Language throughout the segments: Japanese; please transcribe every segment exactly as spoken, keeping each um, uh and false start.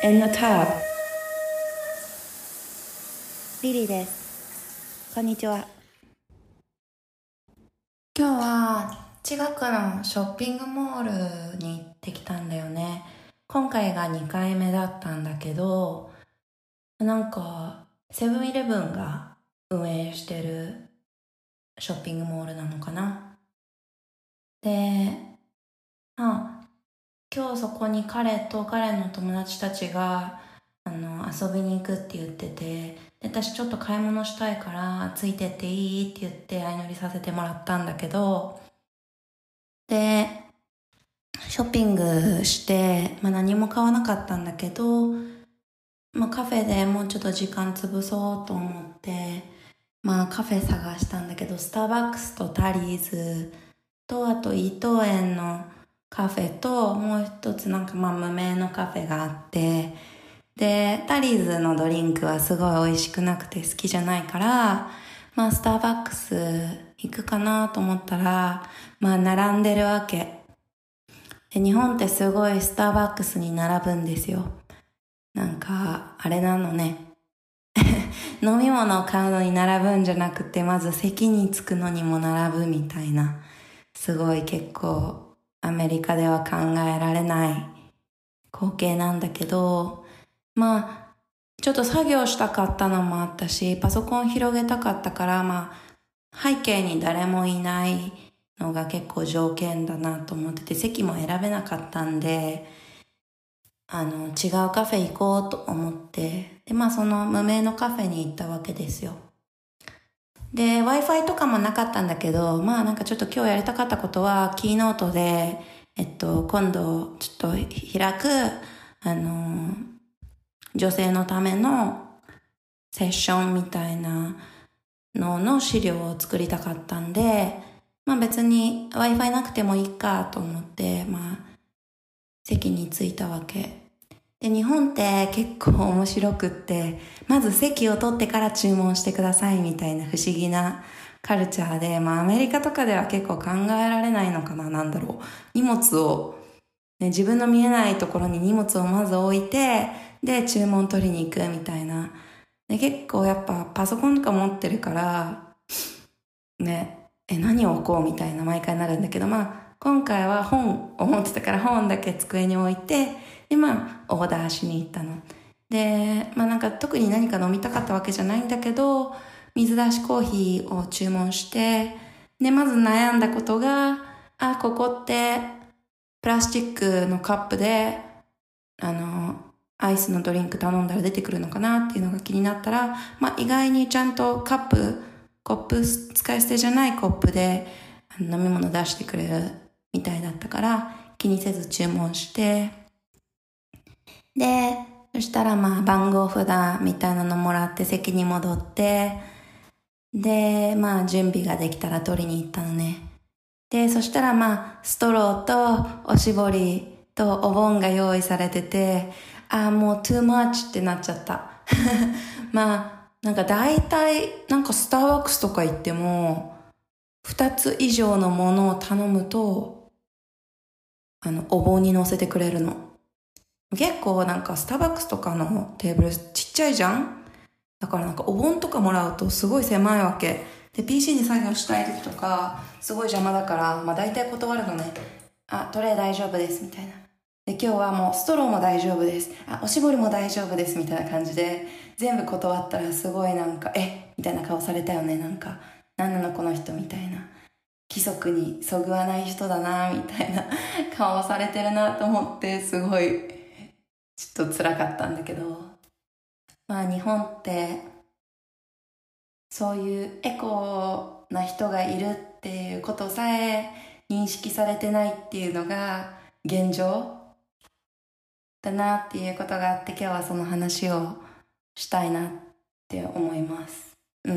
In the tub. リリーです。こんにちは。 今日は近くのショッピングモールに行ってきたんだよね。今回がにかいめだったんだけど、なんかセブンイレブンが運営してるショッピングモールなのかな。で、まあ今日そこに彼と彼の友達たちがあの遊びに行くって言ってて、で私ちょっと買い物したいからついてっていいって言って相乗りさせてもらったんだけど、でショッピングして、まあ、何も買わなかったんだけど、まあ、カフェでもうちょっと時間潰そうと思ってまあカフェ探したんだけど、スターバックスとタリーズと、あと伊藤園のカフェと、もう一つなんかまあ無名のカフェがあって、でタリーズのドリンクはすごい美味しくなくて好きじゃないから、まあスターバックス行くかなと思ったら、まあ並んでるわけで。日本ってすごいスターバックスに並ぶんですよ。なんかあれなのね飲み物を買うのに並ぶんじゃなくて、まず席に着くのにも並ぶみたいな、すごい結構アメリカでは考えられない光景なんだけど、まあちょっと作業したかったのもあったし、パソコン広げたかったから、まあ背景に誰もいないのが結構条件だなと思ってて、席も選べなかったんで、あの違うカフェ行こうと思って、でまあその無名のカフェに行ったわけですよ。で Wi-Fi とかもなかったんだけど、まあなんかちょっと今日やりたかったことはキーノートでえっと今度ちょっと開くあの女性のためのセッションみたいなのの資料を作りたかったんで、まあ別に Wi-Fi なくてもいいかと思って、まあ席に着いたわけ。で、日本って結構面白くって、まず席を取ってから注文してくださいみたいな不思議なカルチャーで、まあアメリカとかでは結構考えられないのかな、なんだろう。荷物を、ね、自分の見えないところに荷物をまず置いて、で、注文取りに行くみたいな。で、結構やっぱパソコンとか持ってるから、ね、え、何を置こうみたいな毎回なるんだけど、まあ今回は本を持ってたから本だけ机に置いて、でまあオーダーしに行ったので、まあなんか特に何か飲みたかったわけじゃないんだけど、水出しコーヒーを注文して、でまず悩んだことが、あ、ここってプラスチックのカップであのアイスのドリンク頼んだら出てくるのかなっていうのが気になったら、まあ意外にちゃんとカップコップ使い捨てじゃないコップで飲み物出してくれるみたいだったから気にせず注文して、でそしたらまあ番号札みたいなのもらって席に戻って、でまあ準備ができたら取りに行ったのね。でそしたらまあストローとおしぼりとお盆が用意されてて、ああもう too much ってなっちゃったまあなんか大体なんかスターバックスとか行ってもふたつ以上のものを頼むとあのお盆に乗せてくれるの。結構なんかスターバックスとかのテーブルちっちゃいじゃん。だからなんかお盆とかもらうとすごい狭いわけで、 ピーシー に作業したい時とかすごい邪魔だから、まあ大体断るのね。あ、トレイ大丈夫ですみたいな。で今日はもうストローも大丈夫です、あ、おしぼりも大丈夫ですみたいな感じで全部断ったら、すごいなんかえみたいな顔されたよね。なんかなんなのこの人みたいな、規則にそぐわない人だなみたいな顔されてるなと思って、すごいちょっと辛かったんだけど、まあ日本ってそういうエコな人がいるっていうことさえ認識されてないっていうのが現状だなっていうことがあって、今日はその話をしたいなって思います。うん。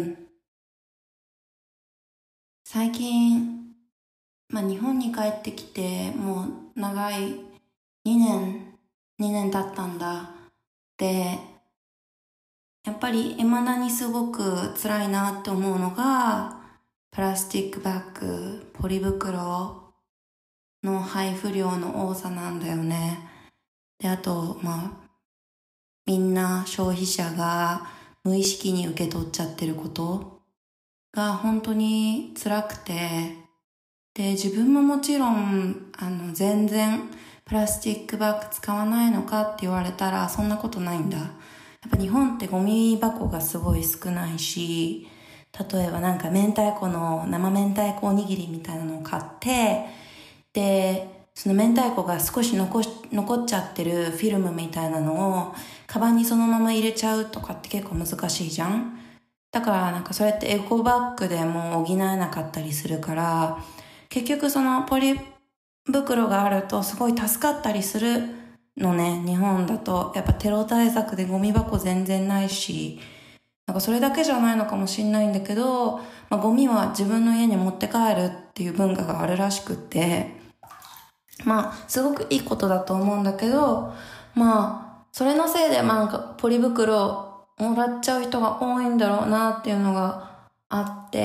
最近、まあ日本に帰ってきてもう長いにねん、にねん経ったんだ。で、やっぱり未だにすごく辛いなって思うのが、プラスチックバッグ、ポリ袋の配布量の多さなんだよね。で、あと、まあ、 みんな消費者が無意識に受け取っちゃってることが本当に辛くて、で、自分ももちろん、あの、全然プラスチックバッグ使わないのかって言われたらそんなことないんだ。やっぱ日本ってゴミ箱がすごい少ないし、例えばなんか明太子の生明太子おにぎりみたいなのを買って、で、その明太子が少し残し、残っちゃってるフィルムみたいなのをカバンにそのまま入れちゃうとかって結構難しいじゃん。だからなんかそれってエコバッグでも補えなかったりするから、結局そのポリ袋があるとすごい助かったりするのね。日本だとやっぱテロ対策でゴミ箱全然ないし、なんかそれだけじゃないのかもしれないんだけど、まあ、ゴミは自分の家に持って帰るっていう文化があるらしくって、まあすごくいいことだと思うんだけど、まあそれのせいでまあなんかポリ袋もらっちゃう人が多いんだろうなっていうのがあって、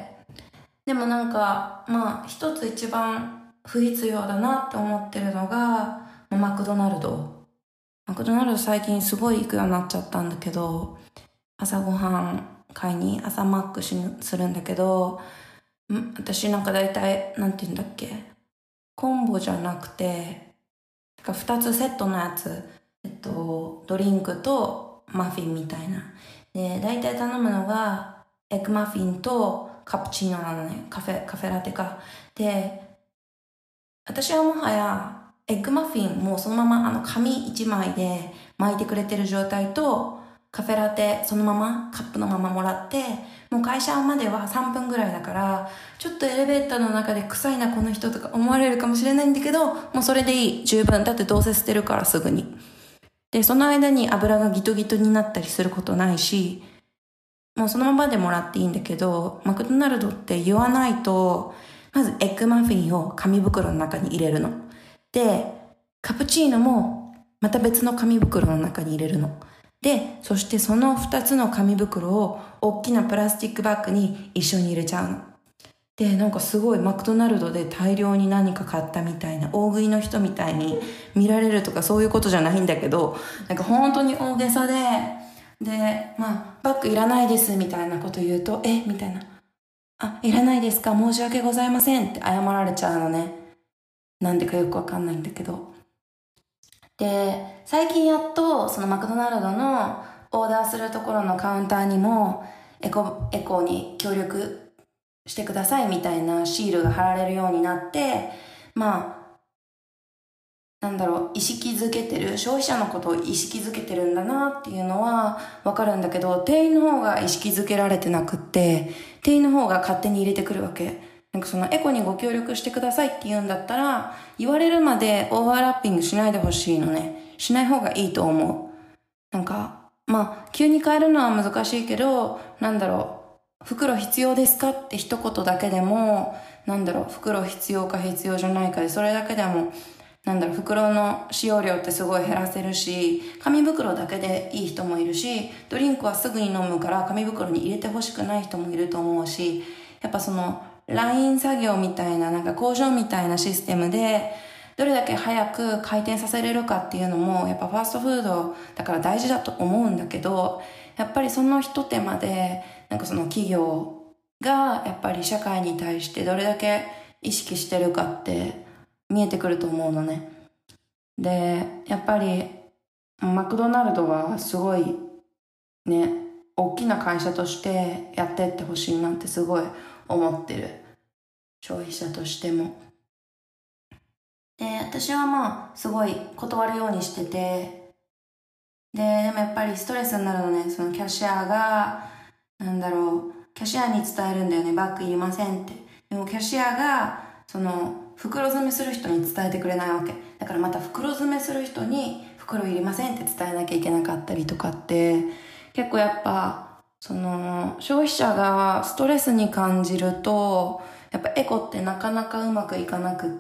でもなんかまあ一つ一番不必要だなって思ってるのがマクドナルド。マクドナルド最近すごい行くようになっちゃったんだけど、朝ごはん買いに朝マックしするんだけど、ん私なんか大体なんて言うんだっけ、コンボじゃなくてふたつセットのやつ、えっとドリンクとマフィンみたいなで、大体頼むのがエッグマフィンとカプチーノなのね。カフェカフェラテかで、私はもはやエッグマフィンもそのままあの紙いちまいで巻いてくれてる状態と、カフェラテそのままカップのままもらって、もう会社まではさんぷんぐらいだから、ちょっとエレベーターの中で臭いなこの人とか思われるかもしれないんだけど、もうそれでいい、十分。だってどうせ捨てるからすぐに。で、その間に油がギトギトになったりすることないし、もうそのままでもらっていいんだけど、マクドナルドって言わないと、まずエッグマフィンを紙袋の中に入れるの。で、カプチーノもまた別の紙袋の中に入れるの。で、そしてそのふたつの紙袋を大きなプラスチックバッグに一緒に入れちゃうの。で、なんかすごいマクドナルドで大量に何か買ったみたいな、大食いの人みたいに見られるとかそういうことじゃないんだけど、なんか本当に大げさで、で、まあ、バッグいらないですみたいなこと言うと、えみたいな。あ、いらないですか、申し訳ございませんって謝られちゃうのね。なんでかよくわかんないんだけど。で、最近やっとそのマクドナルドのオーダーするところのカウンターにもエコ、エコに協力してくださいみたいなシールが貼られるようになって、まあ、なんだろう、意識づけてる、消費者のことを意識づけてるんだなっていうのはわかるんだけど、店員の方が意識づけられてなくって、店員の方が勝手に入れてくるわけ。なんかそのエコにご協力してくださいって言うんだったら、言われるまでオーバーラッピングしないでほしいのね。しない方がいいと思う。なんか、まあ、急に変えるのは難しいけど、なんだろう、袋必要ですかって一言だけでも、なんだろう、袋必要か必要じゃないかで、それだけでも、なんだろう、袋の使用量ってすごい減らせるし、紙袋だけでいい人もいるし、ドリンクはすぐに飲むから紙袋に入れてほしくない人もいると思うし、やっぱその、ライン作業みたいな、なんか工場みたいなシステムで、どれだけ早く回転させれるかっていうのも、やっぱファーストフードだから大事だと思うんだけど、やっぱりその一手間で、なんかその企業がやっぱり社会に対してどれだけ意識してるかって見えてくると思うのね。で、やっぱりマクドナルドはすごいね、大きな会社としてやってってほしいなってすごい思ってる。消費者としても。で、私はまあすごい断るようにしてて、で、でもやっぱりストレスになるのね。そのキャッシャーが、なんだろう、キャッシャーに伝えるんだよね。バッグいりませんって。でもキャッシャーが、その、袋詰めする人に伝えてくれないわけ。だからまた袋詰めする人に、袋いりませんって伝えなきゃいけなかったりとかって、結構やっぱ、その、消費者がストレスに感じると、やっぱエコってなかなかうまくいかなくって、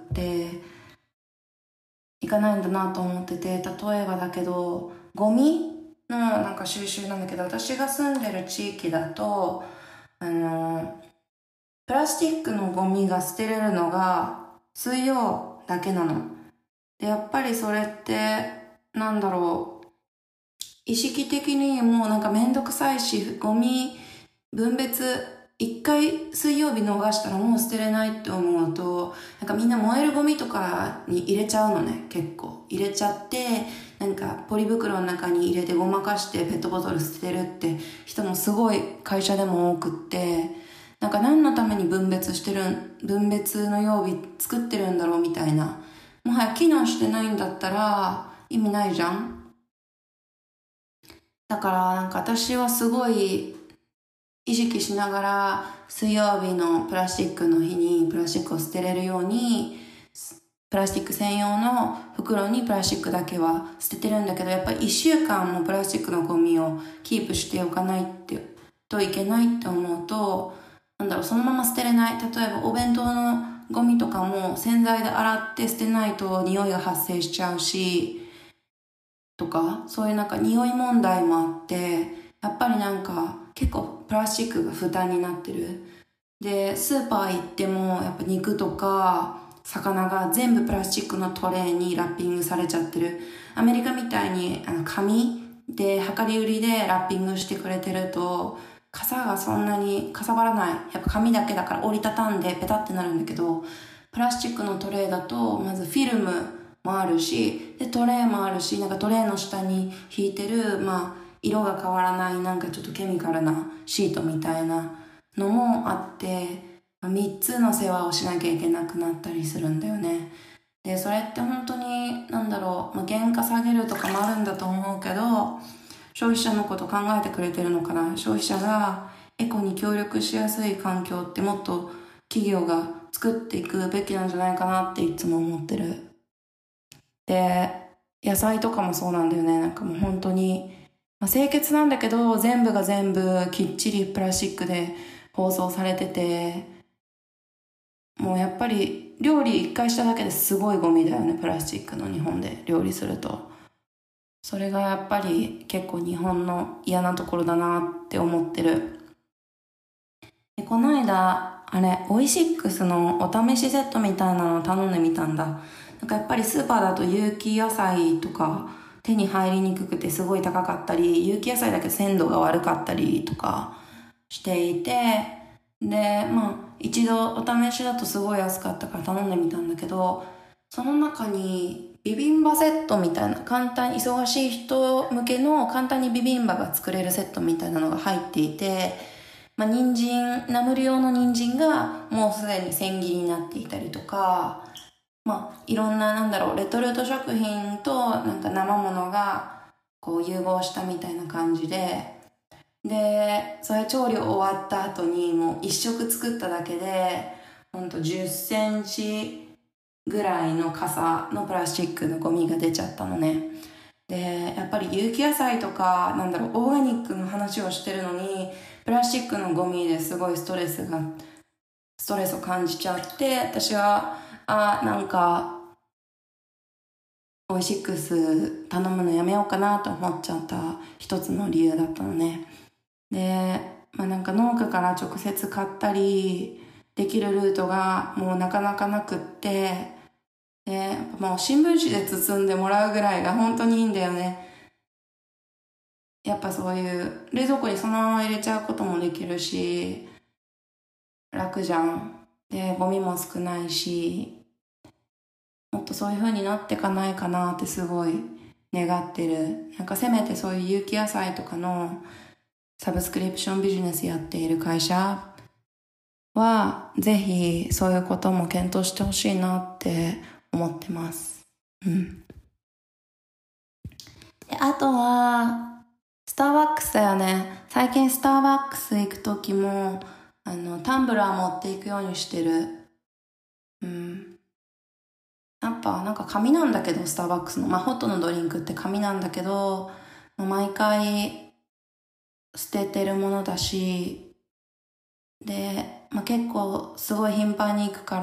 いかないんだなと思ってて、例えばだけど、ゴミのなんか収集なんだけど、私が住んでる地域だと、あの、プラスチックのゴミが捨てれるのが水曜だけなの。で、やっぱりそれって、なんだろう、 意識的にもうなんかめんどくさいし、ゴミ分別一回水曜日逃したらもう捨てれないって思うと、なんかみんな燃えるゴミとかに入れちゃうのね、結構。入れちゃって、なんかポリ袋の中に入れてごまかしてペットボトル捨てるって人もすごい会社でも多くって、なんか何のために分別してるん、分別の曜日作ってるんだろうみたいな。もはや機能してないんだったら意味ないじゃん。だからなんか私はすごい意識しながら水曜日のプラスチックの日にプラスチックを捨てれるようにプラスチック専用の袋にプラスチックだけは捨ててるんだけど、やっぱりいっしゅうかんもプラスチックのゴミをキープしておかないってといけないって思うと、なんだろう、そのまま捨てれない。例えばお弁当のゴミとかも洗剤で洗って捨てないと匂いが発生しちゃうしとか、そういうなんか匂い問題もあって、やっぱりなんか結構プラスチックが負担になってる。で、スーパー行ってもやっぱ肉とか魚が全部プラスチックのトレーにラッピングされちゃってる。アメリカみたいにあの紙で量り売りでラッピングしてくれてると、傘がそんなにかさばらない。やっぱ紙だけだから折りたたんでペタってなるんだけど、プラスチックのトレーだとまずフィルムもあるし、でトレーもあるし、なんかトレーの下に引いてる、まあ色が変わらないなんかちょっとケミカルなシートみたいなのもあって、みっつの世話をしなきゃいけなくなったりするんだよね。で、それって本当になんだろう、まあ、原価下げるとかもあるんだと思うけど、消費者のこと考えてくれてるのかな。消費者がエコに協力しやすい環境ってもっと企業が作っていくべきなんじゃないかなっていつも思ってる。で、野菜とかもそうなんだよね。なんかもう本当に、まあ、清潔なんだけど全部が全部きっちりプラスチックで包装されてて、もうやっぱり料理一回しただけですごいゴミだよね、プラスチックの日本で料理すると。それがやっぱり結構日本の嫌なところだなって思ってる。でこの間、あれ、オイシックスのお試しセットみたいなのを頼んでみたんだ。なんかやっぱりスーパーだと有機野菜とか手に入りにくくてすごい高かったり、有機野菜だけ鮮度が悪かったりとかしていて、で、まあ、一度お試しだとすごい安かったから頼んでみたんだけど、その中にビビンバセットみたいな、簡単、忙しい人向けの簡単にビビンバが作れるセットみたいなのが入っていて、まあ、人参、ナムル用の人参がもうすでに千切りになっていたりとか、まあ、いろんな、なんだろう、レトルト食品となんか生ものがこう融合したみたいな感じで、で、それ調理終わった後にもう一食作っただけで、ほんとじゅっセンチぐらいの傘のプラスチックのゴミが出ちゃったのね。で、やっぱり有機野菜とか、なんだろう、オーガニックの話をしてるのに、プラスチックのゴミですごいストレスが、ストレスを感じちゃって、私は、あ、なんか、オイシックス頼むのやめようかなと思っちゃった一つの理由だったのね。で、まあなんか農家から直接買ったりできるルートがもうなかなかなくって、で、もう新聞紙で包んでもらうぐらいが本当にいいんだよね。やっぱそういう冷蔵庫にそのまま入れちゃうこともできるし、楽じゃん。で、ゴミも少ないし、もっとそういう風になっていかないかなってすごい願ってる。なんかせめてそういう有機野菜とかのサブスクリプションビジネスやっている会社はぜひそういうことも検討してほしいなって思ってます。うん。で、あとはスターバックスだよね。最近スターバックス行くときもあのタンブラー持っていくようにしてる。うん。やっぱなんか紙なんだけど、スターバックスのまあホットのドリンクって紙なんだけど、毎回捨ててるものだし、で、まあ、結構すごい頻繁に行くから、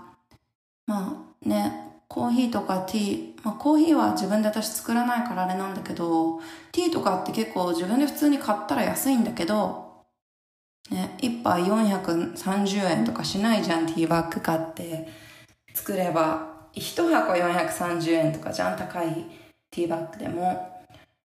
まあね、コーヒーとかティー、まあコーヒーは自分で私作らないからあれなんだけど、ティーとかって結構自分で普通に買ったら安いんだけど、ね、一杯よんひゃくさんじゅうえんとかしないじゃん、ティーバッグ買って作れば。一箱よんひゃくさんじゅうえんとかじゃん、高いティーバッグでも。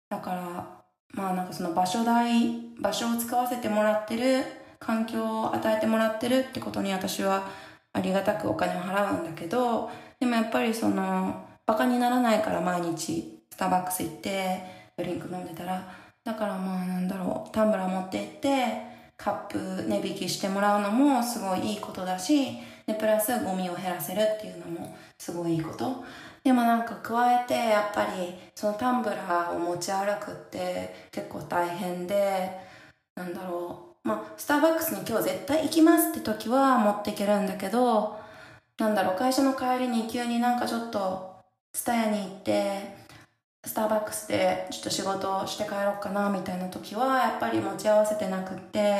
だからまあなんかその場所代場所を使わせてもらってる、環境を与えてもらってるってことに私はありがたくお金を払うんだけど、でもやっぱりそのバカにならないから毎日スターバックス行ってドリンク飲んでたら、だからまあなんだろう、タンブラー持って行ってカップ値引きしてもらうのもすごいいいことだし、でプラスゴミを減らせるっていうのもすごいいいこと。でもなんか加えてやっぱりそのタンブラーを持ち歩くって結構大変で、なんだろう、まあスターバックスに今日絶対行きますって時は持っていけるんだけど、なんだろう、会社の帰りに急になんかちょっとスタヤに行ってスターバックスでちょっと仕事して帰ろうかなみたいな時はやっぱり持ち合わせてなくって、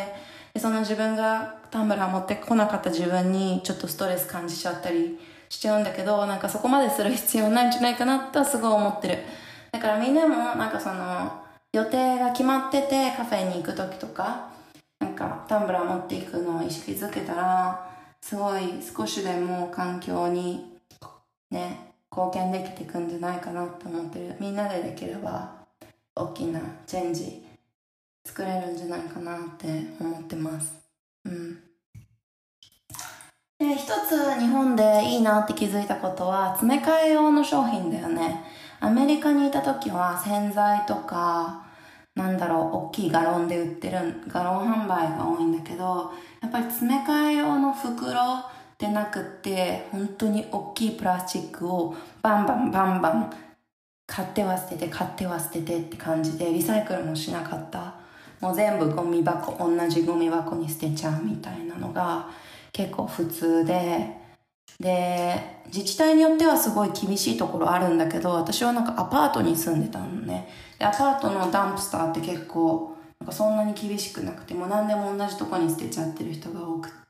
でその自分がタンブラー持ってこなかった自分にちょっとストレス感じちゃったりしちゃうんだけど、なんかそこまでする必要ないんじゃないかなとすごい思ってる。だからみんなもなんかその予定が決まっててカフェに行く時とかなんかタンブラー持っていくのを意識づけたら、すごい少しでも環境にね貢献できていくんじゃないかなと思ってる。みんなでできれば大きなチェンジ作れるんじゃないかなって思ってます。うん。で、一つ日本でいいなって気づいたことは詰め替え用の商品だよね。アメリカにいた時は洗剤とかなんだろう、大きいガロンで売ってるガロン販売が多いんだけど、やっぱり詰め替え用の袋でなくって本当に大きいプラスチックをバンバンバンバン買っては捨てて買っては捨ててって感じでリサイクルもしなかった。もう全部ゴミ箱、同じゴミ箱に捨てちゃうみたいなのが結構普通で、で自治体によってはすごい厳しいところあるんだけど、私はなんかアパートに住んでたのね。でアパートのダンプスターって結構なんかそんなに厳しくなくて、もう何でも同じとこに捨てちゃってる人が多くって、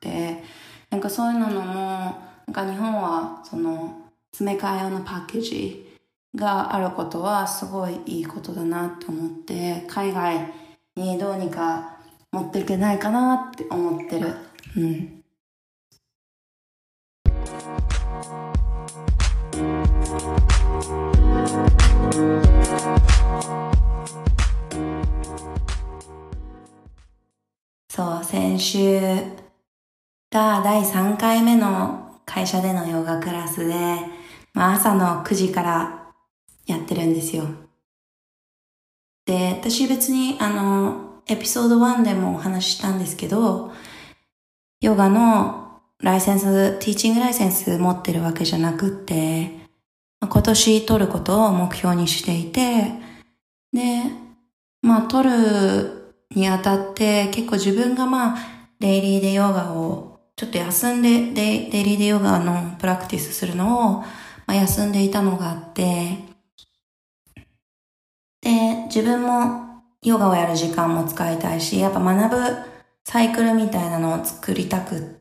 なんかそういうのもなんか日本はその詰め替え用のパッケージがあることはすごいいいことだなと思って、海外にどうにか持っていけないかなって思ってる。うん。そう、先週がだいさんかいめの会社でのヨガクラスで、まあ、朝のくじからやってるんですよ。で、私別にあのエピソードワンでもお話ししたんですけど、ヨガのライセンス、ティーチングライセンス持ってるわけじゃなくって、今年取ることを目標にしていて、で、まあ取るにあたって結構自分がまあデイリーでヨガをちょっと休んで、デイリーでヨガのプラクティスするのを、まあ、休んでいたのがあって、で、自分もヨガをやる時間も使いたいし、やっぱ学ぶサイクルみたいなのを作りたくって、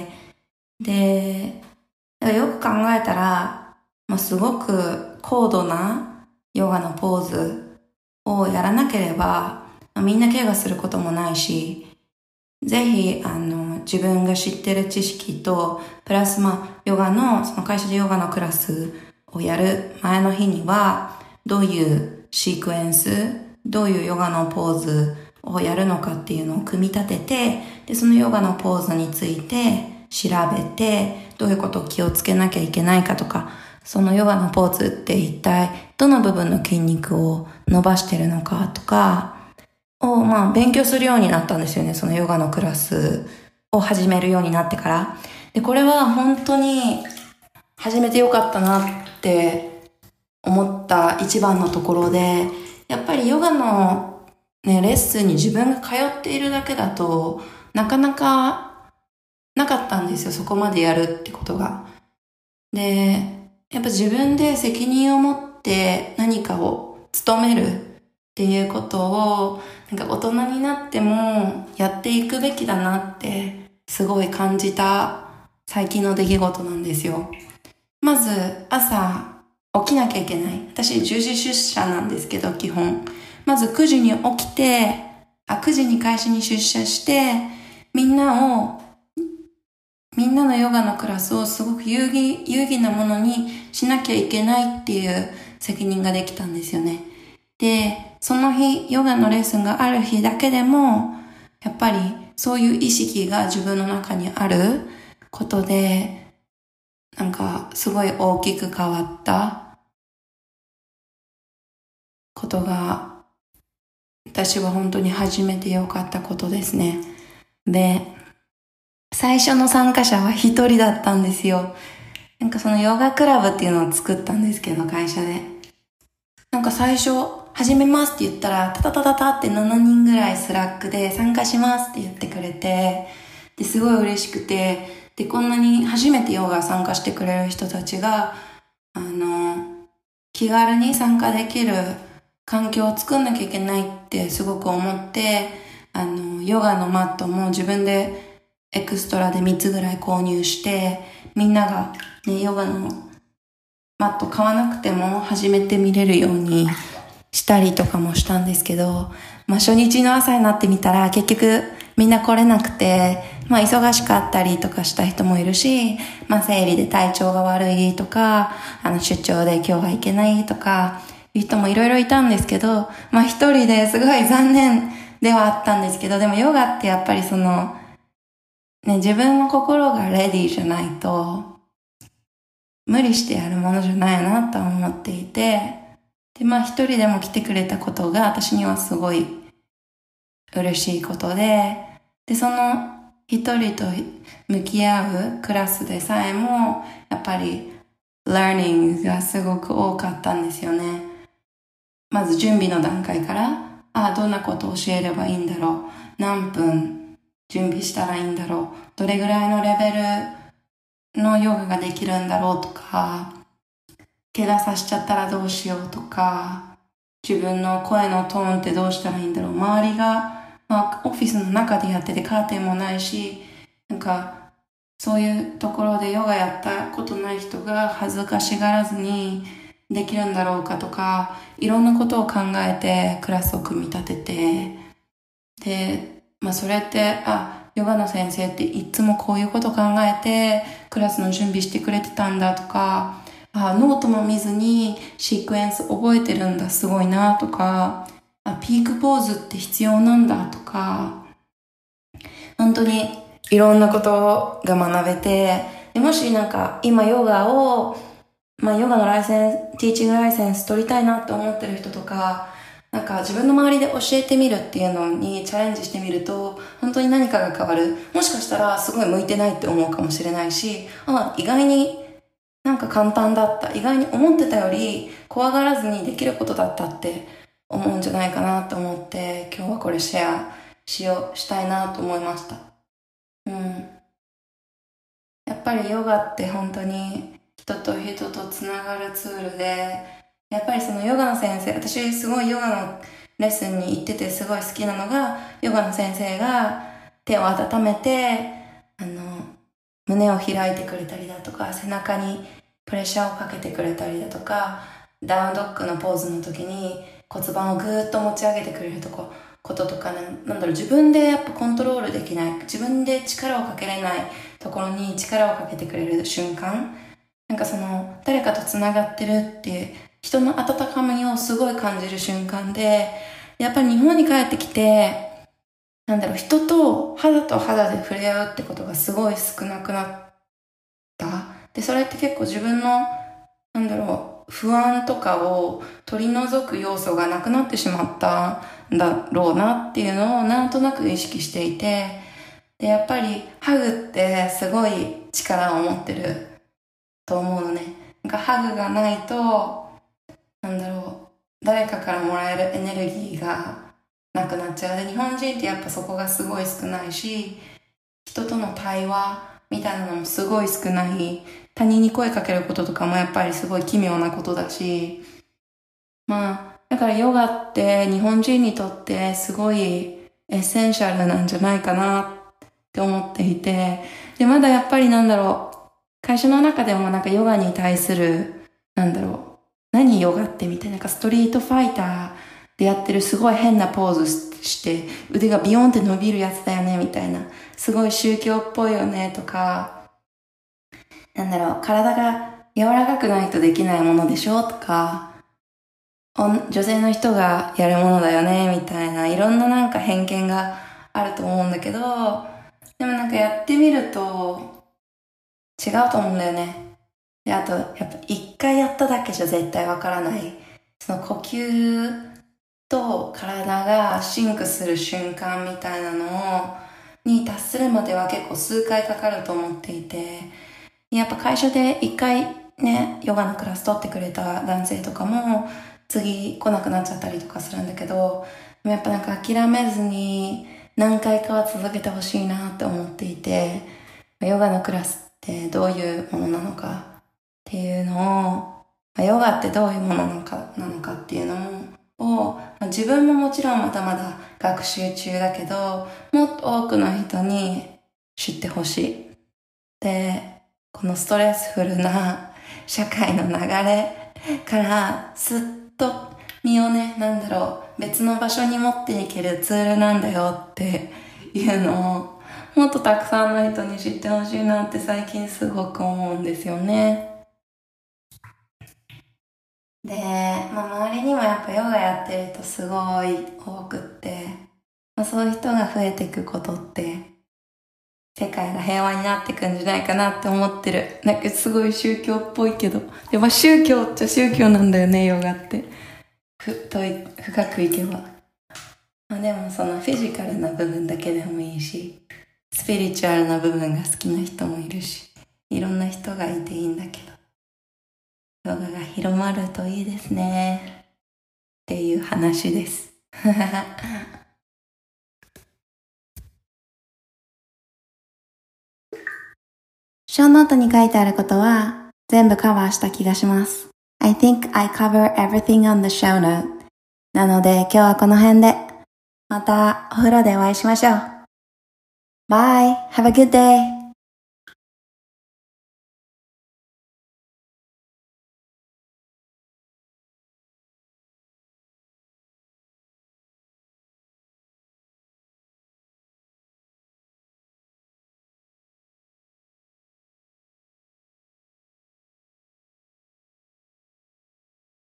で、よく考えたら、まあ、すごく高度なヨガのポーズをやらなければ、まあ、みんな怪我することもないし、ぜひ、あの、自分が知ってる知識と、プラスまあ、ヨガの、その会社でヨガのクラスをやる前の日には、どういうシークエンス、どういうヨガのポーズをやるのかっていうのを組み立てて、で、そのヨガのポーズについて調べて、どういうことを気をつけなきゃいけないかとか、そのヨガのポーズって一体どの部分の筋肉を伸ばしてるのかとかを、まあ、勉強するようになったんですよね。そのヨガのクラスを始めるようになってから。で、これは本当に始めてよかったなって思った一番のところで、やっぱりヨガのね、レッスンに自分が通っているだけだと、なかなかなかったんですよ。そこまでやるってことが。で、やっぱ自分で責任を持って何かを務めるっていうことを、なんか大人になってもやっていくべきだなってすごい感じた最近の出来事なんですよ。まず朝起きなきゃいけない。私じゅうじ出社なんですけど基本。まずくじに起きて、あ、くじに会社に出社して、みんなを、みんなのヨガのクラスをすごく有意有意義なものにしなきゃいけないっていう責任ができたんですよね。 で、その日、ヨガのレッスンがある日だけでも、やっぱりそういう意識が自分の中にあることで、なんかすごい大きく変わったことが、私は本当に初めて良かったことですね。で、最初の参加者は一人だったんですよ。なんかそのヨガクラブっていうのを作ったんですけど、会社で。なんか最初、始めますって言ったら、タタタタタってしちにんぐらいスラックで参加しますって言ってくれて、で、すごい嬉しくて、で、こんなに初めてヨガ参加してくれる人たちが、あの、気軽に参加できる環境を作んなきゃいけないってすごく思って、あの、ヨガのマットも自分でエクストラでみっつぐらい購入して、みんながね、ヨガのマット買わなくても始めてみれるようにしたりとかもしたんですけど、まあ初日の朝になってみたら結局みんな来れなくて、まあ忙しかったりとかした人もいるし、まあ生理で体調が悪いとか、あの出張で今日は行けないとか、いう人もいろいろいたんですけど、まあ一人ですごい残念ではあったんですけど、でもヨガってやっぱりその、ね、自分の心がレディーじゃないと、無理してやるものじゃないなと思っていて、で、まあ一人でも来てくれたことが私にはすごい嬉しいことで、で、その一人と向き合うクラスでさえも、やっぱり learning がすごく多かったんですよね。まず準備の段階から、ああ、どんなことを教えればいいんだろう。何分準備したらいいんだろう。どれぐらいのレベルのヨガができるんだろうとか、怪我させちゃったらどうしようとか、自分の声のトーンってどうしたらいいんだろう。周りが、まあ、オフィスの中でやっててカーテンもないし、なんか、そういうところでヨガやったことない人が恥ずかしがらずにできるんだろうかとか、いろんなことを考えてクラスを組み立てて、で、まあそれって、あ、ヨガの先生っていつもこういうこと考えてクラスの準備してくれてたんだとか、あ、ノートも見ずにシークエンス覚えてるんだ、すごいなとか、あ、ピークポーズって必要なんだとか、本当にいろんなことが学べて、でもしなんか今ヨガを、まあヨガのライセンス、ティーチングライセンス取りたいなって思ってる人とか、なんか自分の周りで教えてみるっていうのにチャレンジしてみると、本当に何かが変わる。もしかしたらすごい向いてないって思うかもしれないし、あ、意外になんか簡単だった。意外に思ってたより怖がらずにできることだったって思うんじゃないかなと思って、今日はこれシェアしよう、したいなと思いました。うん。やっぱりヨガって本当に人と人とつながるツールで、やっぱりそのヨガの先生、私すごいヨガのレッスンに行っててすごい好きなのが、ヨガの先生が手を温めて、あの、胸を開いてくれたりだとか、背中にプレッシャーをかけてくれたりだとか、ダウンドッグのポーズの時に骨盤をぐーっと持ち上げてくれるとこ、こととか、なんだろう、自分でやっぱコントロールできない、自分で力をかけれないところに力をかけてくれる瞬間、なんかその誰かとつながってるって人の温かみをすごい感じる瞬間で、やっぱり日本に帰ってきて、なんだろう、人と肌と肌で触れ合うってことがすごい少なくなった。で、それって結構自分の、なんだろう、不安とかを取り除く要素がなくなってしまったんだろうなっていうのをなんとなく意識していて、で、やっぱりハグってすごい力を持ってると思うのね。なんかハグがないと、なんだろう、誰かからもらえるエネルギーがなくなっちゃう。で、日本人ってやっぱそこがすごい少ないし、人との対話みたいなのもすごい少ない。他人に声かけることとかもやっぱりすごい奇妙なことだし、まあ、だからヨガって日本人にとってすごいエッセンシャルなんじゃないかなって思っていて、で、まだやっぱりなんだろう、会社の中でもなんかヨガに対する、なんだろう、何ヨガってみたいな、なんかストリートファイターでやってるすごい変なポーズして腕がビヨンって伸びるやつだよねみたいな、すごい宗教っぽいよねとか、なんだろう、体が柔らかくないとできないものでしょとか、 女性の人がやるものだよね、みたいな、いろんななんか偏見があると思うんだけど、でもなんかやってみると違うと思うんだよね。で、あと、やっぱ一回やっただけじゃ絶対わからない。その呼吸と体がシンクする瞬間みたいなのを、に達するまでは結構数回かかると思っていて、やっぱ会社で一回ね、ヨガのクラス取ってくれた男性とかも、次来なくなっちゃったりとかするんだけど、でもやっぱなんか諦めずに何回かは続けてほしいなって思っていて、ヨガのクラスってどういうものなのかっていうのを、ヨガってどういうものなのか、なのかっていうのを、自分ももちろんまだまだ学習中だけど、もっと多くの人に知ってほしい。で、このストレスフルな社会の流れからすっと身をね、なんだろう、別の場所に持っていけるツールなんだよっていうのをもっとたくさんの人に知ってほしいなって最近すごく思うんですよね。で、まあ、周りにもやっぱヨガやってる人すごい多くって、まあ、そういう人が増えていくことって世界が平和になっていくんじゃないかなって思ってる。なんかすごい宗教っぽいけど、でも宗教っちゃ宗教なんだよね、ヨガってふとい深くいけば。まあ、でもそのフィジカルな部分だけでもいいし、スピリチュアルな部分が好きな人もいるし、いろんな人がいていいんだけど、ヨガが広まるといいですねっていう話です。 ショーノートに書いてあることは全部カバーした気がします。I think I cover everything on the show note. なので今日はこの辺で。またお風呂でお会いしましょう。Bye! Have a good day!